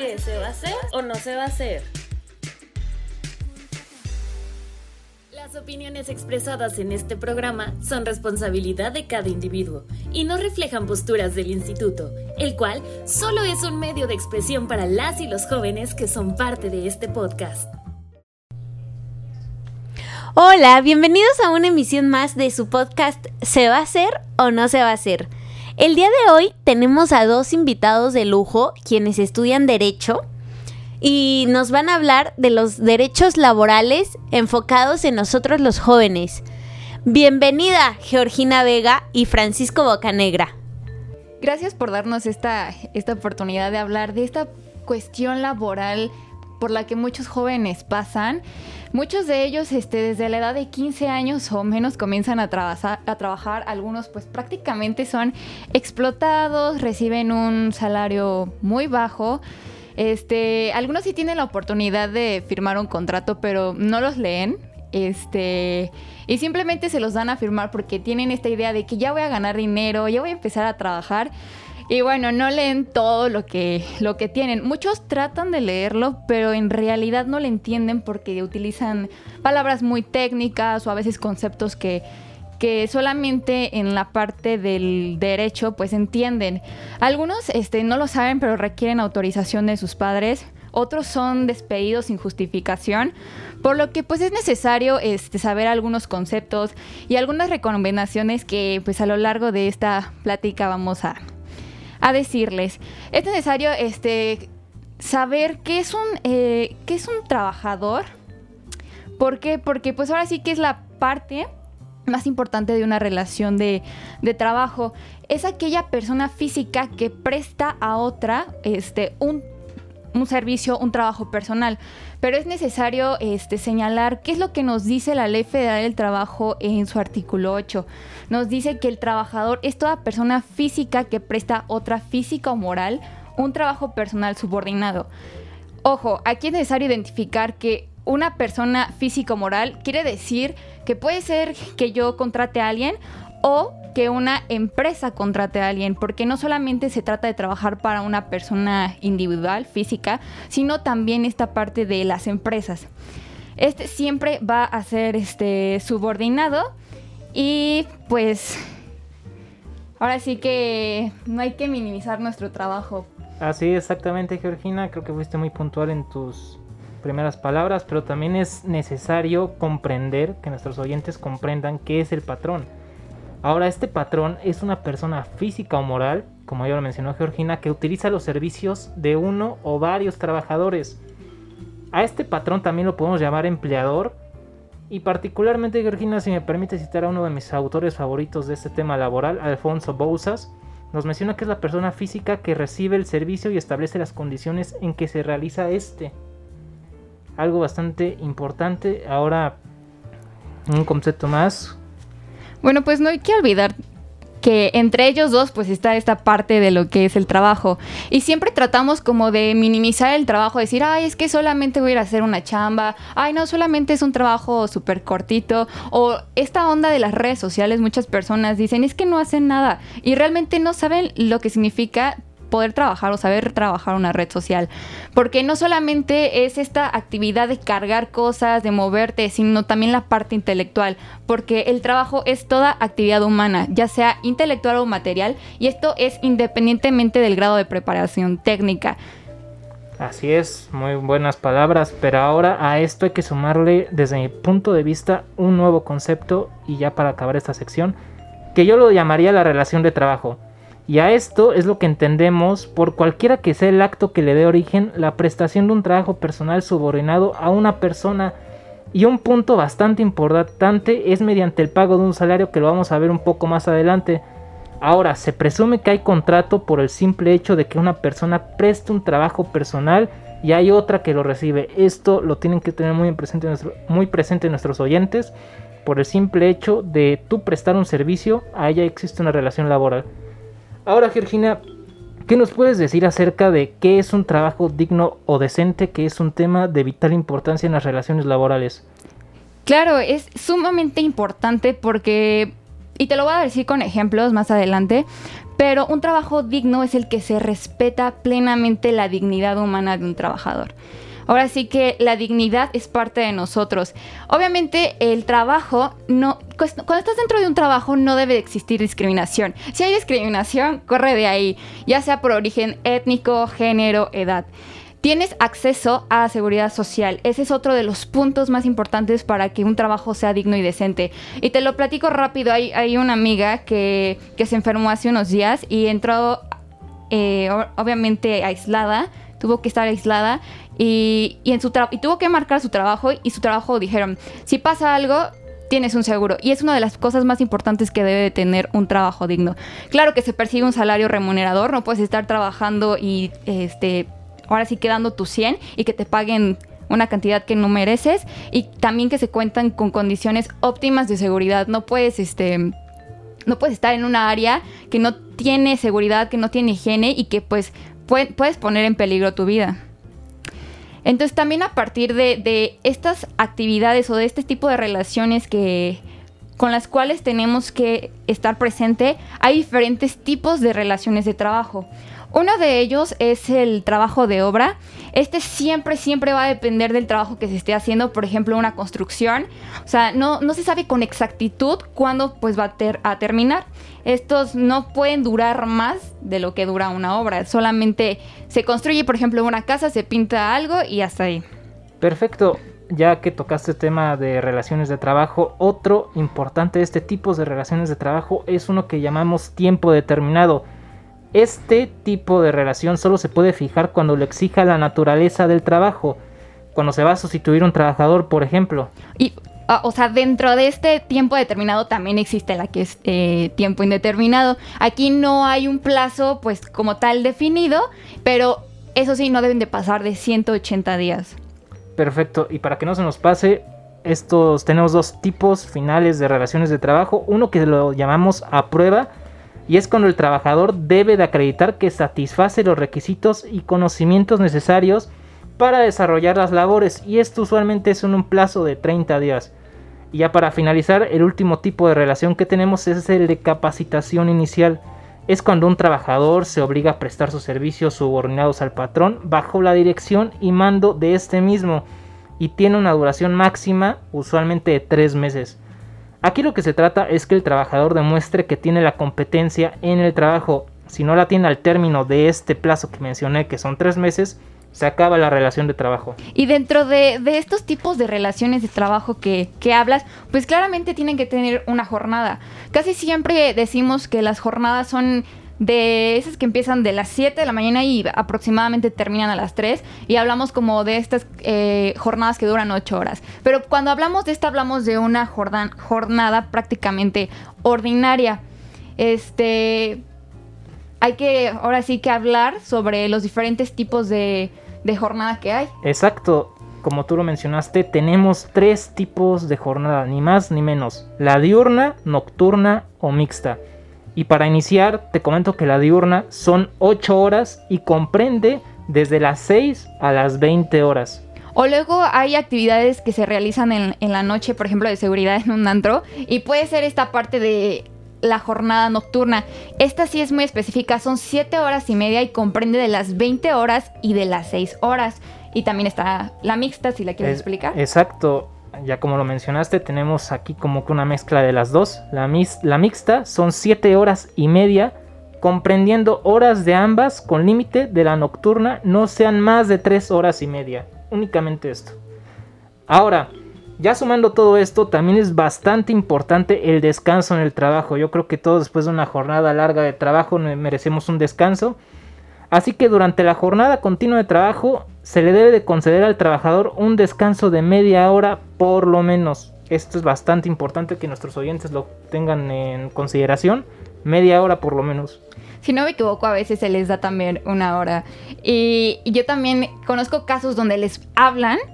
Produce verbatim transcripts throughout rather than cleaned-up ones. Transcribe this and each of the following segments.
¿Qué se va a hacer o no se va a hacer? Las opiniones expresadas en este programa son responsabilidad de cada individuo y no reflejan posturas del instituto, el cual solo es un medio de expresión para las y los jóvenes que son parte de este podcast. Hola, bienvenidos a una emisión más de su podcast ¿Se va a hacer o no se va a hacer? El día de hoy tenemos a dos invitados de lujo, quienes estudian Derecho, y nos van a hablar de los derechos laborales enfocados en nosotros los jóvenes. Bienvenida, Georgina Vega y Francisco Bocanegra. Gracias por darnos esta, esta oportunidad de hablar de esta cuestión laboral por la que muchos jóvenes pasan. Muchos de ellos este, desde la edad de quince años o menos comienzan a, trabajar, a trabajar. Algunos pues prácticamente son explotados, reciben un salario muy bajo. Este, algunos sí tienen la oportunidad de firmar un contrato, pero no los leen. Este, y simplemente se los dan a firmar porque tienen esta idea de que ya voy a ganar dinero, ya voy a empezar a trabajar. Y bueno, no leen todo lo que, lo que tienen. Muchos tratan de leerlo, pero en realidad no lo entienden porque utilizan palabras muy técnicas o a veces conceptos que, que solamente en la parte del derecho pues entienden. Algunos este, no lo saben, pero requieren autorización de sus padres. Otros son despedidos sin justificación, por lo que pues es necesario este, saber algunos conceptos y algunas recomendaciones que pues a lo largo de esta plática vamos a... a decirles. Es necesario este, saber qué es un eh, qué es un trabajador. ¿Por qué? Porque pues ahora sí que es la parte más importante de una relación de, de trabajo. Es aquella persona física que presta a otra este, un, un servicio, un trabajo personal. Pero es necesario este, señalar qué es lo que nos dice la Ley Federal del Trabajo en su artículo ocho. Nos dice que el trabajador es toda persona física que presta a otra física o moral un trabajo personal subordinado. Ojo, aquí es necesario identificar que una persona física o moral quiere decir que puede ser que yo contrate a alguien o que una empresa contrate a alguien, porque no solamente se trata de trabajar para una persona individual, física, sino también esta parte de las empresas. Este siempre va a ser este, subordinado y pues ahora sí que no hay que minimizar nuestro trabajo. Así exactamente, Georgina, creo que fuiste muy puntual en tus primeras palabras, pero también es necesario comprender, que nuestros oyentes comprendan qué es el patrón. Ahora, este patrón es una persona física o moral, como ya lo mencionó Georgina, que utiliza los servicios de uno o varios trabajadores. A este patrón también lo podemos llamar empleador. Y particularmente, Georgina, si me permite citar a uno de mis autores favoritos de este tema laboral, Alfonso Bouzas, nos menciona que es la persona física que recibe el servicio y establece las condiciones en que se realiza este. Algo bastante importante. Ahora, un concepto más. Bueno, pues no hay que olvidar que entre ellos dos pues está esta parte de lo que es el trabajo. Y siempre tratamos como de minimizar el trabajo, decir, ay, es que solamente voy a ir a hacer una chamba, ay, no, solamente es un trabajo súper cortito. O esta onda de las redes sociales, muchas personas dicen, es que no hacen nada. Y realmente no saben lo que significa poder trabajar o saber trabajar una red social, porque no solamente es esta actividad de cargar cosas, de moverte, sino también la parte intelectual, porque el trabajo es toda actividad humana, ya sea intelectual o material, y esto es independientemente del grado de preparación técnica. Así es, muy buenas palabras, pero ahora a esto hay que sumarle, desde mi punto de vista, un nuevo concepto, y ya para acabar esta sección, que yo lo llamaría la relación de trabajo. Y a esto es lo que entendemos por cualquiera que sea el acto que le dé origen, la prestación de un trabajo personal subordinado a una persona. Y un punto bastante importante es mediante el pago de un salario, que lo vamos a ver un poco más adelante. Ahora, se presume que hay contrato por el simple hecho de que una persona preste un trabajo personal y hay otra que lo recibe. Esto lo tienen que tener muy presente, nuestro, muy presente nuestros oyentes. Por el simple hecho de tú prestar un servicio, ahí ya existe una relación laboral. Ahora, Georgina, ¿qué nos puedes decir acerca de qué es un trabajo digno o decente, que es un tema de vital importancia en las relaciones laborales? Claro, es sumamente importante porque y te lo voy a decir con ejemplos más adelante, pero un trabajo digno es el que se respeta plenamente la dignidad humana de un trabajador. Ahora sí que la dignidad es parte de nosotros. Obviamente el trabajo, no, cuando estás dentro de un trabajo no debe existir discriminación. Si hay discriminación, corre de ahí, ya sea por origen étnico, género, edad. Tienes acceso a seguridad social. Ese es otro de los puntos más importantes para que un trabajo sea digno y decente. Y te lo platico rápido. Hay, hay una amiga que, que se enfermó hace unos días y entró eh, obviamente aislada. Tuvo que estar aislada y, y, en su tra- y tuvo que marcar su trabajo y su trabajo dijeron, si pasa algo, tienes un seguro. Y es una de las cosas más importantes que debe de tener un trabajo digno. Claro que se percibe un salario remunerador, no puedes estar trabajando y este, ahora sí quedando tu cien y que te paguen una cantidad que no mereces y también que se cuentan con condiciones óptimas de seguridad. No puedes, este... no puedes estar en una área que no tiene seguridad, que no tiene higiene y que pues puedes poner en peligro tu vida. Entonces también a partir de, de estas actividades o de este tipo de relaciones que, con las cuales tenemos que estar presente, hay diferentes tipos de relaciones de trabajo. Uno de ellos es el trabajo de obra. Este siempre, siempre va a depender del trabajo que se esté haciendo. Por ejemplo, una construcción. O sea, no, no se sabe con exactitud cuándo pues, va a, ter- a terminar. Estos no pueden durar más de lo que dura una obra. Solamente se construye, por ejemplo, una casa, se pinta algo y hasta ahí. Perfecto. Ya que tocaste el tema de relaciones de trabajo, otro importante de este tipo de relaciones de trabajo es uno que llamamos tiempo determinado. Este tipo de relación solo se puede fijar cuando lo exija la naturaleza del trabajo, cuando se va a sustituir un trabajador, por ejemplo. Y, o sea, dentro de este tiempo determinado también existe la que es eh, tiempo indeterminado. Aquí no hay un plazo, pues, como tal definido, pero eso sí, no deben de pasar de ciento ochenta días. Perfecto, y para que no se nos pase, estos tenemos dos tipos finales de relaciones de trabajo. Uno que lo llamamos a prueba, y es cuando el trabajador debe de acreditar que satisface los requisitos y conocimientos necesarios para desarrollar las labores, y esto usualmente es en un plazo de treinta días. Y ya para finalizar, el último tipo de relación que tenemos es el de capacitación inicial. Es cuando un trabajador se obliga a prestar sus servicios subordinados al patrón bajo la dirección y mando de este mismo, y tiene una duración máxima usualmente de tres meses. Aquí lo que se trata es que el trabajador demuestre que tiene la competencia en el trabajo. Si no la tiene al término de este plazo que mencioné, que son tres meses, se acaba la relación de trabajo. Y dentro de, de estos tipos de relaciones de trabajo que, que hablas, pues claramente tienen que tener una jornada. Casi siempre decimos que las jornadas son de esas que empiezan de las siete de la mañana y aproximadamente terminan a las tres, y hablamos como de estas eh, jornadas que duran ocho horas. Pero cuando hablamos de esta, hablamos de una jordan, jornada prácticamente ordinaria. Este, hay que ahora sí que hablar sobre los diferentes tipos de, de jornada que hay. Exacto, como tú lo mencionaste, tenemos tres tipos de jornada, ni más ni menos: la diurna, nocturna o mixta. Y para iniciar, te comento que la diurna son ocho horas y comprende desde las seis a las veinte horas. O luego hay actividades que se realizan en, en la noche, por ejemplo, de seguridad en un antro, y puede ser esta parte de la jornada nocturna. Esta sí es muy específica, son siete horas y media y comprende de las veinte horas y de las seis horas. Y también está la mixta, si la quieres es, explicar. Exacto. Ya como lo mencionaste, tenemos aquí como que una mezcla de las dos. La, mis, la mixta son siete horas y media, comprendiendo horas de ambas, con límite de la nocturna no sean más de tres horas y media. Únicamente esto. Ahora, ya sumando todo esto, también es bastante importante el descanso en el trabajo. Yo creo que todos después de una jornada larga de trabajo merecemos un descanso. Así que durante la jornada continua de trabajo se le debe de conceder al trabajador un descanso de media hora por lo menos. Esto es bastante importante que nuestros oyentes lo tengan en consideración. Media hora por lo menos. Si no me equivoco, a veces se les da también una hora. Y, y yo también conozco casos donde les hablan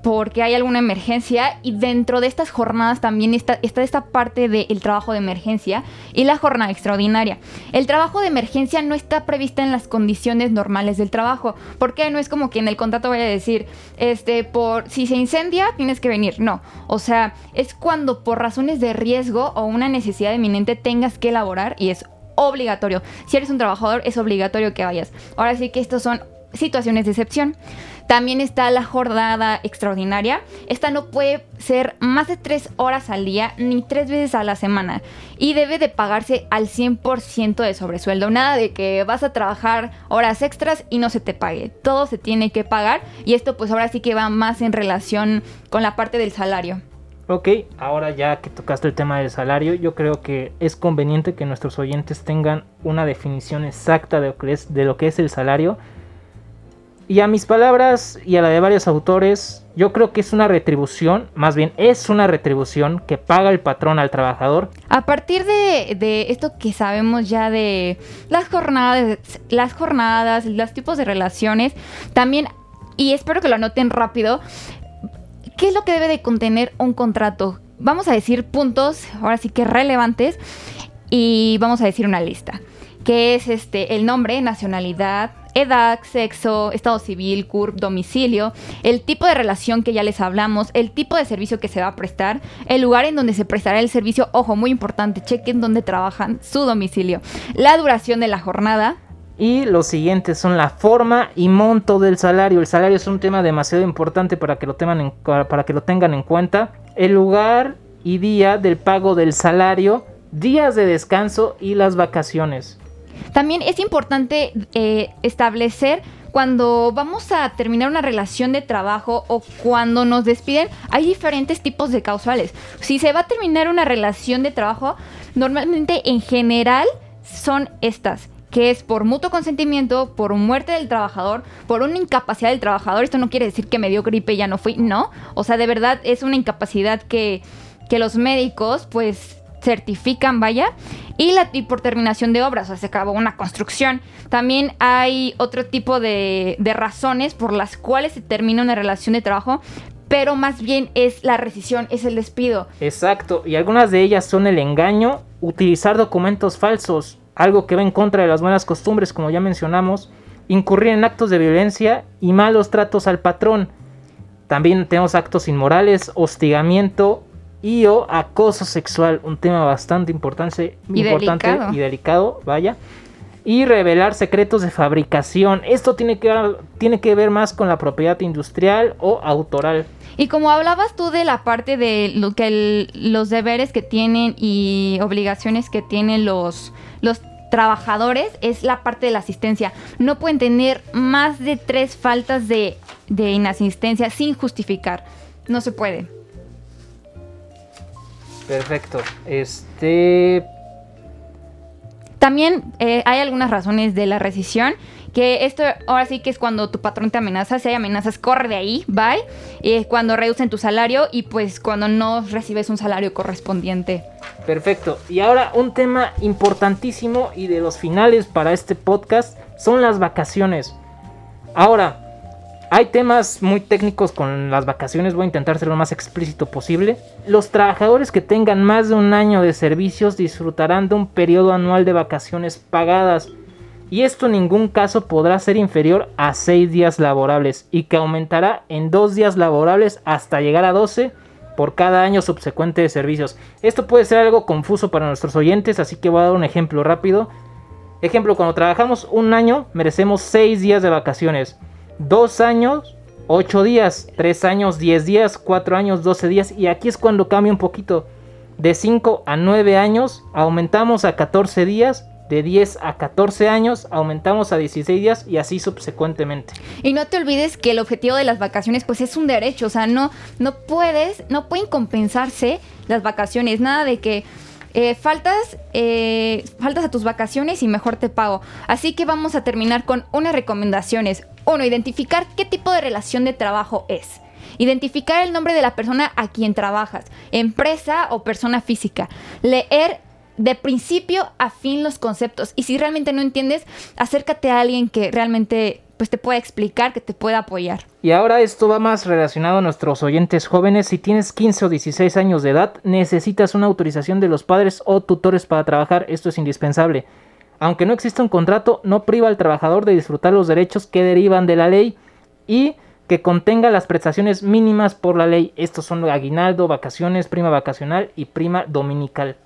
porque hay alguna emergencia, y dentro de estas jornadas también está, está esta parte del trabajo de emergencia y la jornada extraordinaria. El trabajo de emergencia no está prevista en las condiciones normales del trabajo, porque no es como que en el contrato vaya a decir, este, por si se incendia tienes que venir, no, o sea, es cuando por razones de riesgo o una necesidad eminente tengas que elaborar, y es obligatorio. Si eres un trabajador es obligatorio que vayas. Ahora sí que estos son situaciones de excepción. También está la jornada extraordinaria. Esta no puede ser más de tres horas al día ni tres veces a la semana, y debe de pagarse al cien por ciento de sobresueldo. Nada de que vas a trabajar horas extras y no se te pague. Todo se tiene que pagar, y esto pues ahora sí que va más en relación con la parte del salario. Ok, ahora ya que tocaste el tema del salario, yo creo que es conveniente que nuestros oyentes tengan una definición exacta de lo que es, de lo que es el salario. Y a mis palabras y a la de varios autores, yo creo que es una retribución, más bien es una retribución que paga el patrón al trabajador. A partir de, de esto que sabemos ya de las jornadas, las jornadas, los tipos de relaciones, también, y espero que lo anoten rápido, ¿qué es lo que debe de contener un contrato? Vamos a decir puntos, ahora sí que relevantes, y vamos a decir una lista, que es este el nombre, nacionalidad, edad, sexo, estado civil, C U R P, domicilio, el tipo de relación que ya les hablamos, el tipo de servicio que se va a prestar, el lugar en donde se prestará el servicio, ojo, muy importante, chequen dónde trabajan, su domicilio, la duración de la jornada. Y los siguientes son la forma y monto del salario. El salario es un tema demasiado importante para que lo tengan en, para que lo tengan en cuenta. El lugar y día del pago del salario, días de descanso y las vacaciones. También es importante eh, establecer cuando vamos a terminar una relación de trabajo o cuando nos despiden, hay diferentes tipos de causales. Si se va a terminar una relación de trabajo, normalmente en general son estas, que es por mutuo consentimiento, por muerte del trabajador, por una incapacidad del trabajador. Esto no quiere decir que me dio gripe y ya no fui, no. O sea, de verdad es una incapacidad que, que los médicos pues certifican, vaya. Y, la, y por terminación de obras, o sea, se acabó una construcción. También hay otro tipo de, de razones por las cuales se termina una relación de trabajo, pero más bien es la rescisión, es el despido. Exacto, y algunas de ellas son el engaño, utilizar documentos falsos, algo que va en contra de las buenas costumbres, como ya mencionamos, incurrir en actos de violencia y malos tratos al patrón. También tenemos actos inmorales, hostigamiento y o acoso sexual, un tema bastante importante y importante delicado. y delicado, vaya. Y revelar secretos de fabricación. Esto tiene que ver, tiene que ver más con la propiedad industrial o autoral. Y como hablabas tú de la parte de lo que el, los deberes que tienen y obligaciones que tienen los, los trabajadores, es la parte de la asistencia. No pueden tener más de tres faltas de, de inasistencia sin justificar. No se puede. Perfecto. Este... También eh, hay algunas razones de la rescisión, que esto ahora sí que es cuando tu patrón te amenaza. Si hay amenazas, corre de ahí, bye. Eh, cuando reducen tu salario y pues cuando no recibes un salario correspondiente. Perfecto. Y ahora un tema importantísimo y de los finales para este podcast son las vacaciones. Ahora, hay temas muy técnicos con las vacaciones, voy a intentar ser lo más explícito posible. Los trabajadores que tengan más de un año de servicios disfrutarán de un periodo anual de vacaciones pagadas. Y esto en ningún caso podrá ser inferior a seis días laborables y que aumentará en dos días laborables hasta llegar a doce por cada año subsecuente de servicios. Esto puede ser algo confuso para nuestros oyentes, así que voy a dar un ejemplo rápido. Ejemplo, cuando trabajamos un año merecemos seis días de vacaciones. Dos años, ocho días, tres años, diez días, cuatro años, doce días. Y aquí es cuando cambia un poquito. De cinco a nueve años aumentamos a catorce días. De diez a catorce años aumentamos a dieciséis días y así subsecuentemente. Y no te olvides que el objetivo de las vacaciones pues es un derecho. O sea, no, no puedes, no pueden compensarse las vacaciones. Nada de que eh, faltas, eh, faltas a tus vacaciones y mejor te pago. Así que vamos a terminar con unas recomendaciones. Uno, identificar qué tipo de relación de trabajo es. Identificar el nombre de la persona a quien trabajas, empresa o persona física. Leer de principio a fin los conceptos. Y si realmente no entiendes, acércate a alguien que realmente pues te pueda explicar, que te pueda apoyar. Y ahora esto va más relacionado a nuestros oyentes jóvenes. Si tienes quince o dieciséis años de edad, necesitas una autorización de los padres o tutores para trabajar. Esto es indispensable. Aunque no exista un contrato, no priva al trabajador de disfrutar los derechos que derivan de la ley y que contenga las prestaciones mínimas por la ley. Estos son aguinaldo, vacaciones, prima vacacional y prima dominical.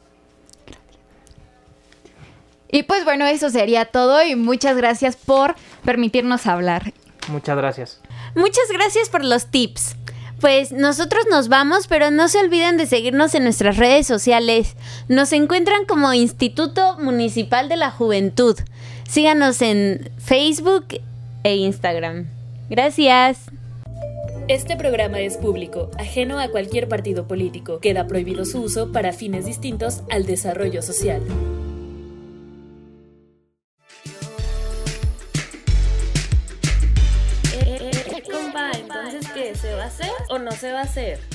Y pues bueno, eso sería todo y muchas gracias por permitirnos hablar. Muchas gracias. Muchas gracias por los tips. Pues nosotros nos vamos, pero no se olviden de seguirnos en nuestras redes sociales. Nos encuentran como Instituto Municipal de la Juventud. Síganos en Facebook e Instagram. Gracias. Este programa es público, ajeno a cualquier partido político. Queda prohibido su uso para fines distintos al desarrollo social. Eh, eh, eh, compa, entonces, ¿qué? ¿Se va a hacer o no se va a hacer?